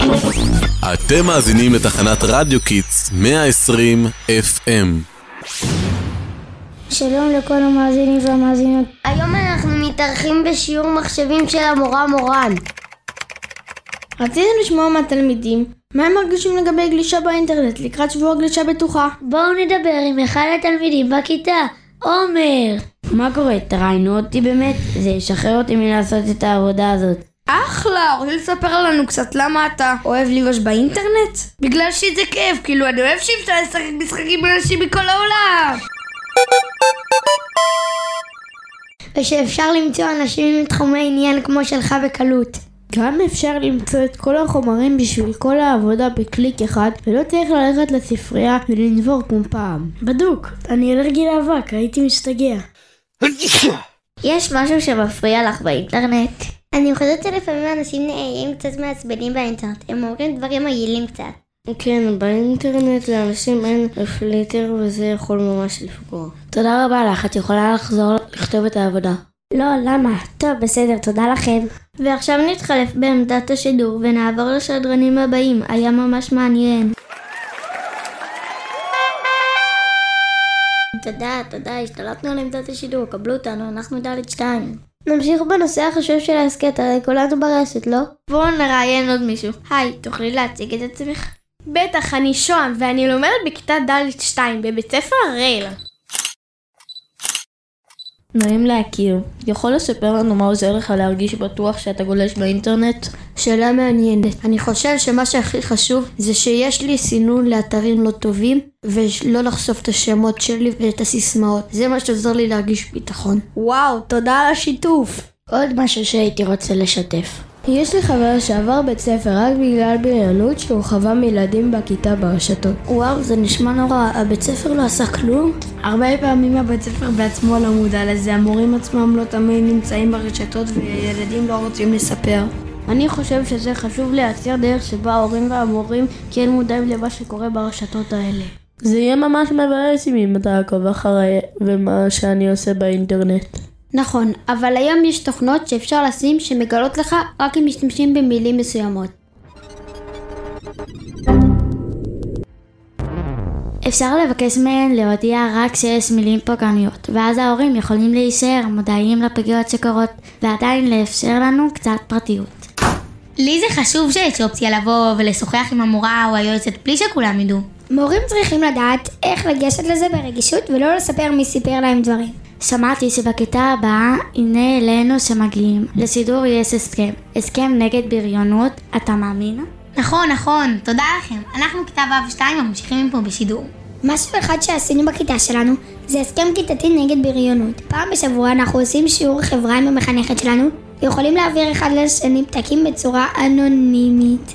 אתם מאזינים לתחנת רדיו קיטס 120 FM. שלום לכל המאזינים והמאזינות. היום אנחנו מתארחים בשיעור מחשבים של המורה מורן. רצינו לשמוע מהתלמידים מה הם מרגישים לגבי גלישה באינטרנט לקראת שבוע גלישה בטוחה. בואו נדבר עם אחד התלמידים בכיתה, עומר. מה קורה? תראיינו אותי באמת? זה ישחרר אותי מלעשות את העבודה הזאת. אחלה, רוצה לספר לנו קצת למה אתה אוהב לגלוש באינטרנט? בגלל שזה כיף, כאילו אני אוהב שאפשר לשחק משחקים אנשים מכל העולם. ושאפשר למצוא אנשים מתחומי עניין כמו שלך בקלות. גם אפשר למצוא את כל החומרים בשביל כל העבודה בקליק אחד, ולא צריך ללכת לספרייה ולנבור כמו פעם. בדוק, אני אלרגי לאבק, הייתי משתגע. יש משהו שמפריע לך באינטרנט? אני חושבת שלפעמים אנשים נהיים קצת מעצבנים באינטרנט, הם אומרים דברים מגעילים קצת. כן, באינטרנט לאנשים אין רפליטר וזה יכול ממש לפגוע. תודה רבה לך, את יכולה לחזור לכתוב את העבודה. לא, למה? טוב, בסדר, תודה לכם. ועכשיו נתחלף בעמדת השידור ונעבור לשדרנים הבאים, היה ממש מעניין. תודה, השתלטנו על עמדת השידור, קבלו אותנו, אנחנו ד' 2. נמשיך בנושא החשוב של ההסקט, הרי כולנו ברשת, לא? בואו נראיין עוד מישהו. היי, תוכלי להציג את עצמך? בטח, אני שוהם, ואני לומדת בכיתה ד' 2 בבית ספר הראל. נעים להכיר. יכול לספר לנו מה עוזר לך להרגיש בטוח שאתה גולש באינטרנט? שאלה מעניינת. אני חושב שמה שהכי חשוב זה שיש לי סינון לאתרים לא טובים ולא לחשוף את השמות שלי ואת הסיסמאות. זה מה שעוזר לי להרגיש ביטחון. וואו, תודה על השיתוף. עוד משהו שהייתי רוצה לשתף. יש לי חבר שעבר בית ספר רק בגלל בריונות שהוא חווה מילדים בכיתה ברשתות. וואו, זה נשמע נורא. הבית ספר לא עשה כלום? הרבה פעמים הבית ספר בעצמו לא מודע לזה. המורים עצמם לא תמיד נמצאים ברשתות וילדים לא רוצים לספר. אני חושב שזה חשוב לייצר דרך שבה ההורים והמורים כן מודעים למה שקורה ברשתות האלה. זה יהיה ממש מבאס אם אתה עקוב אחרי ומה שאני עושה באינטרנט. נכון, אבל היום יש תוכנות שאפשר לשים שמגלות לך רק אם משתמשים במילים מסוימות. אפשר לבקש מהן להודיע רק שיש מילים פוגעניות, ואז ההורים יכולים להישאר מודעים לפגיעות שקורות, ועדיין לאפשר לנו קצת פרטיות. לי זה חשוב שיש אופציה לבוא ולשוחח עם המורה או היועצת בלי שכולם ידעו. מורים צריכים לדעת איך לגשת לזה ברגישות ולא לספר מי סיפר להם דברים. שמעתי שבכיתה הבאה הנה אלינו שמגיעים. לסידור יש הסכם נגד בריונות, אתה מאמין? נכון, תודה לכם. אנחנו כיתה ו' 2 ממשיכים פה בשידור. משהו אחד שעשינו בכיתה שלנו זה הסכם כיתתי נגד בריונות. פעם בשבוע אנחנו עושים שיעור חברה עם המחנכת שלנו ויכולים להעביר אחד לשני פתקים בצורה אנונימית.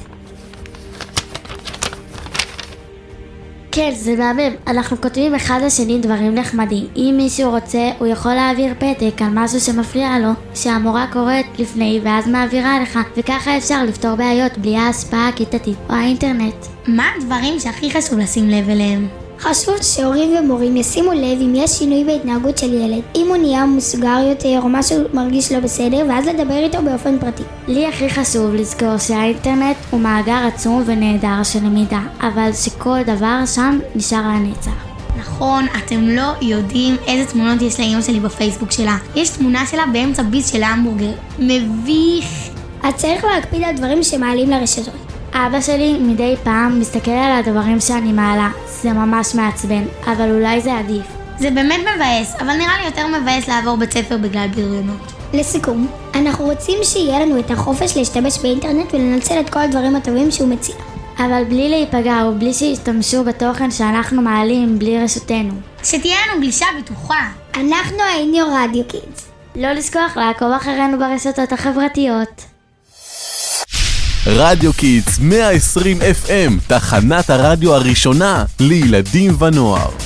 כן, זה מהמם. אנחנו כותבים אחד לשני דברים נחמדים. אם מישהו רוצה, הוא יכול להעביר פתק על משהו שמפריע לו, שהמורה קוראת לפני ואז מעבירה לך, וככה אפשר לפתור בעיות בלי ההשפעה הכיתתית או האינטרנט. מה הדברים שהכי חשוב לשים לב אליהם? חשוב שהורים ומורים ישימו לב אם יש שינוי בהתנהגות של ילד, אם הוא נהיה מסוגר יותר או משהו מרגיש לא בסדר, ואז לדבר איתו באופן פרטי. לי הכי חשוב לזכור שהאינטרנט הוא מאגר עצום ונהדר של למידה, אבל שכל דבר שם נשאר לנצח. נכון, אתם לא יודעים איזה תמונות יש לאמא שלי בפייסבוק שלה. יש תמונה שלה באמצע ביס של המבורגר. מביך. אז צריך להקפיד על דברים שמעלים לרשתות. אבא שלי מדי פעם מסתכל על הדברים שאני מעלה. זה ממש מעצבן, אבל אולי זה עדיף. זה באמת מבאס, אבל נראה לי יותר מבאס לעבור בית ספר בגלל בריונות. לסיכום, אנחנו רוצים שיהיה לנו את החופש להשתמש באינטרנט ולנצל את כל הדברים הטובים שהוא מציע. אבל בלי להיפגע ובלי שישתמשו בתוכן שאנחנו מעלים בלי רשותנו. שתהיה לנו גלישה בטוחה. אנחנו היינו רדיו קיטס. לא לשכוח לעקוב אחרינו ברשתות החברתיות. רדיו קיטס 120 FM, תחנת הרדיו הראשונה לילדים ונוער.